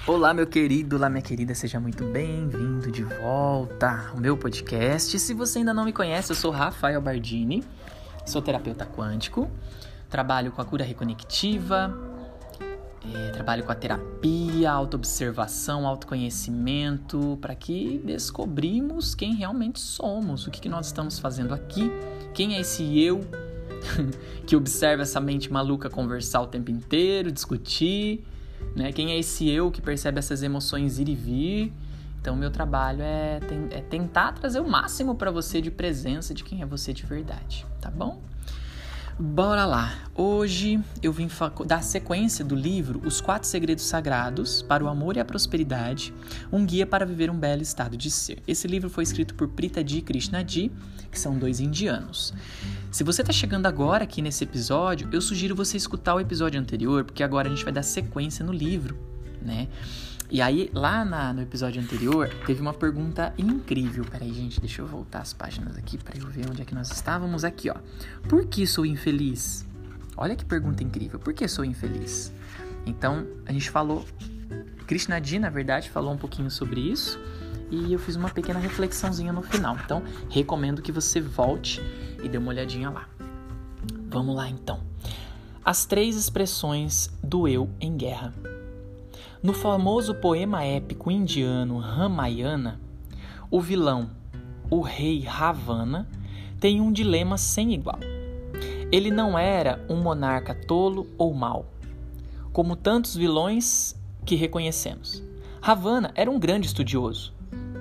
Olá, meu querido, olá, minha querida, seja muito bem-vindo de volta ao meu podcast. Se você ainda não me conhece, eu sou Rafael Bardini, sou terapeuta quântico, trabalho com a cura reconectiva, trabalho com a terapia, autoobservação, autoconhecimento, para que descobrimos quem realmente somos, o que nós estamos fazendo aqui, quem é esse eu que observa essa mente maluca conversar o tempo inteiro, discutir, né? Quem é esse eu que percebe essas emoções ir e vir? Então, meu trabalho é tentar trazer o máximo para você de presença de quem é você de verdade, tá bom? Bora lá! Hoje eu vim dar sequência do livro Os 4 Segredos Sagrados para o Amor e a Prosperidade, um guia para viver um belo estado de ser. Esse livro foi escrito por Pritaji Krishnadi, que são 2 indianos. Se você está chegando agora aqui nesse episódio, eu sugiro você escutar o episódio anterior, porque agora a gente vai dar sequência no livro, né? E aí, lá no episódio anterior, teve uma pergunta incrível. Peraí, gente, deixa eu voltar as páginas aqui para eu ver onde é que nós estávamos. Aqui, ó. Por que sou infeliz? Olha que pergunta incrível. Por que sou infeliz? Então, a gente falou... Krishnadi, na verdade, falou um pouquinho sobre isso. E eu fiz uma pequena reflexãozinha no final. Então, recomendo que você volte e dê uma olhadinha lá. Vamos lá, então. As 3 expressões do eu em guerra. No famoso poema épico indiano Ramayana, o vilão, o rei Ravana, tem um dilema sem igual. Ele não era um monarca tolo ou mau, como tantos vilões que reconhecemos. Ravana era um grande estudioso.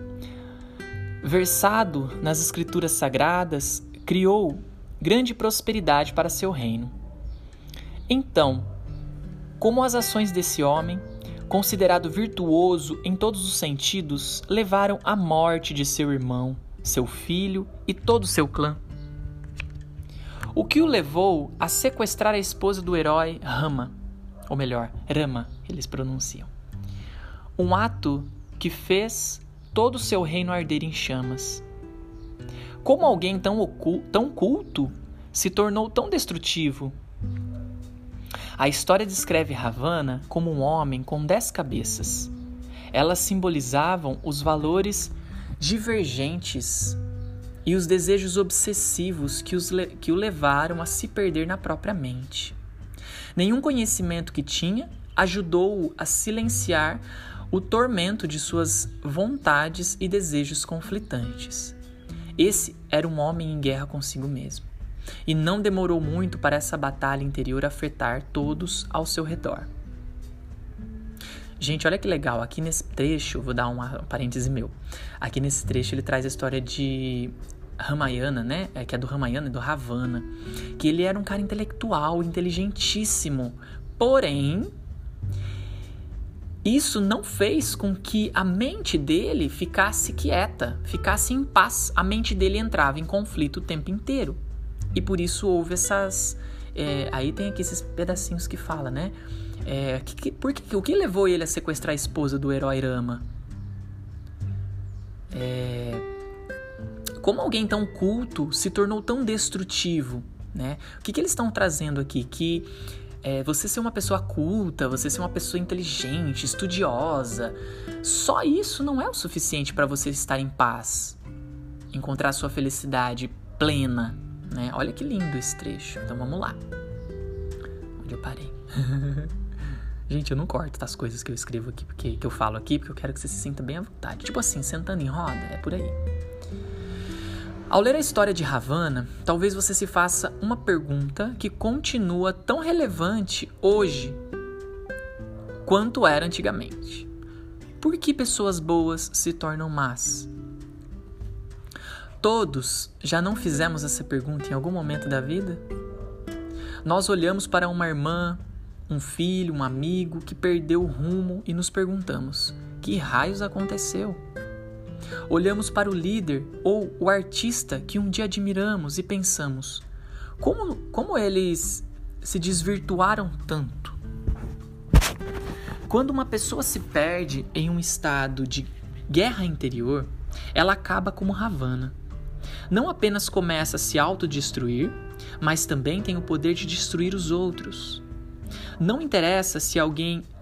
Versado nas escrituras sagradas, criou grande prosperidade para seu reino. Então, como as ações desse homem, considerado virtuoso em todos os sentidos, levaram à morte de seu irmão, seu filho e todo o seu clã. O que o levou a sequestrar a esposa do herói Rama, ou melhor, Rama, eles pronunciam. Um ato que fez todo o seu reino arder em chamas. Como alguém tão culto se tornou tão destrutivo? A história descreve Ravana como um homem com 10 cabeças. Elas simbolizavam os valores divergentes e os desejos obsessivos que o levaram a se perder na própria mente. Nenhum conhecimento que tinha ajudou-o a silenciar o tormento de suas vontades e desejos conflitantes. Esse era um homem em guerra consigo mesmo. E não demorou muito para essa batalha interior afetar todos ao seu redor. Gente, olha que legal. Aqui nesse trecho, vou dar um parêntese meu. Aqui nesse trecho ele traz a história de Ramayana, né? Que é do Ramayana e do Ravana. Que ele era um cara intelectual, inteligentíssimo. Porém, isso não fez com que a mente dele ficasse quieta, ficasse em paz. A mente dele entrava em conflito o tempo inteiro. E por isso houve essas... aí tem aqui esses pedacinhos que fala, né? O que levou ele a sequestrar a esposa do herói Rama? Como alguém tão culto se tornou tão destrutivo, né? O que eles estão trazendo aqui? Que você ser uma pessoa culta, você ser uma pessoa inteligente, estudiosa, só isso não é o suficiente para você estar em paz, encontrar sua felicidade plena, né? Olha que lindo esse trecho. Então vamos lá. Onde eu parei? Gente, eu não corto as coisas que eu escrevo aqui, que eu falo aqui, porque eu quero que você se sinta bem à vontade. Tipo assim, sentando em roda, é por aí. Ao ler a história de Ravana, talvez você se faça uma pergunta que continua tão relevante hoje quanto era antigamente. Por que pessoas boas se tornam más? Todos já não fizemos essa pergunta em algum momento da vida? Nós olhamos para uma irmã, um filho, um amigo que perdeu o rumo e nos perguntamos: que raios aconteceu? Olhamos para o líder ou o artista que um dia admiramos e pensamos: como eles se desvirtuaram tanto? Quando uma pessoa se perde em um estado de guerra interior, ela acaba como Ravana. Não apenas começa a se autodestruir, mas também tem o poder de destruir os outros. Não interessa se alguém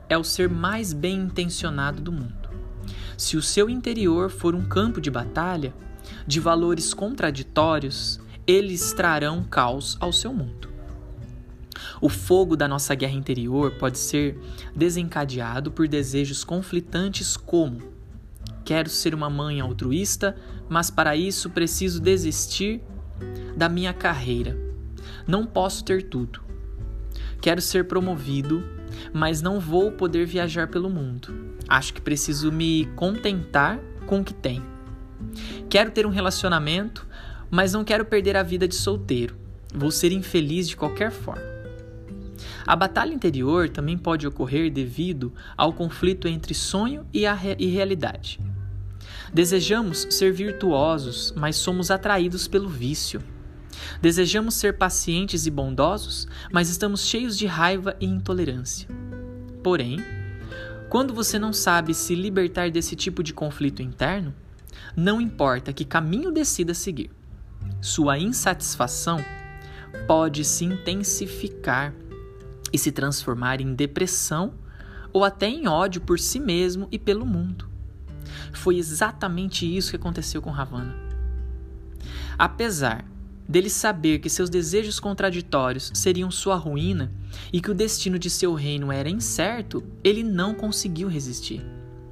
é o ser mais bem intencionado do mundo. Se o seu interior for um campo de batalha, de valores contraditórios, eles trarão caos ao seu mundo. O fogo da nossa guerra interior pode ser desencadeado por desejos conflitantes como: quero ser uma mãe altruísta, mas para isso preciso desistir da minha carreira. Não posso ter tudo. Quero ser promovido, mas não vou poder viajar pelo mundo. Acho que preciso me contentar com o que tenho. Quero ter um relacionamento, mas não quero perder a vida de solteiro. Vou ser infeliz de qualquer forma. A batalha interior também pode ocorrer devido ao conflito entre sonho e realidade. Desejamos ser virtuosos, mas somos atraídos pelo vício. Desejamos ser pacientes e bondosos, mas estamos cheios de raiva e intolerância. Porém, quando você não sabe se libertar desse tipo de conflito interno, não importa que caminho decida seguir, sua insatisfação pode se intensificar e se transformar em depressão ou até em ódio por si mesmo e pelo mundo. Foi exatamente isso que aconteceu com Ravana. Apesar dele saber que seus desejos contraditórios seriam sua ruína e que o destino de seu reino era incerto, ele não conseguiu resistir.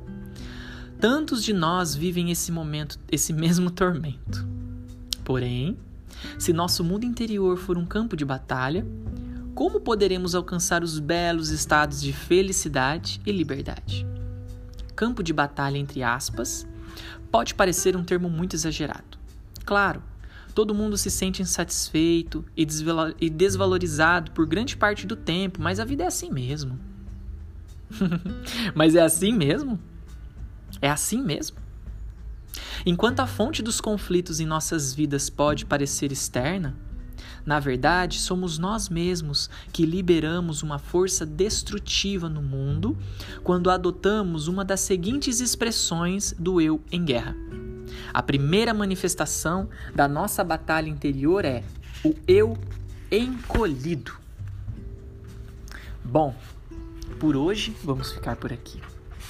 Tantos de nós vivem esse mesmo tormento. Porém, se nosso mundo interior for um campo de batalha, como poderemos alcançar os belos estados de felicidade e liberdade? Campo de batalha, entre aspas, pode parecer um termo muito exagerado. Claro, todo mundo se sente insatisfeito e desvalorizado por grande parte do tempo, mas a vida é assim mesmo. Mas é assim mesmo? É assim mesmo? Enquanto a fonte dos conflitos em nossas vidas pode parecer externa, na verdade, somos nós mesmos que liberamos uma força destrutiva no mundo quando adotamos uma das seguintes expressões do eu em guerra. A primeira manifestação da nossa batalha interior é o eu encolhido. Bom, por hoje vamos ficar por aqui.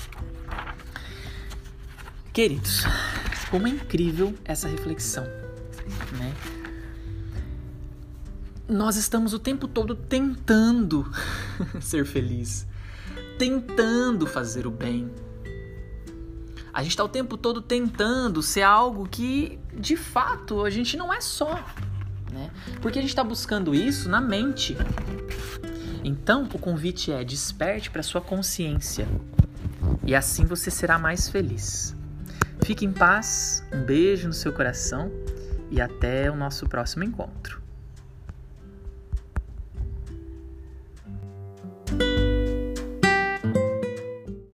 Queridos, como é incrível essa reflexão, né? Nós estamos o tempo todo tentando ser feliz, tentando fazer o bem. A gente está o tempo todo tentando ser algo que, de fato, a gente não é só, né? Porque a gente está buscando isso na mente. Então, o convite é: desperte para sua consciência e assim você será mais feliz. Fique em paz, um beijo no seu coração e até o nosso próximo encontro.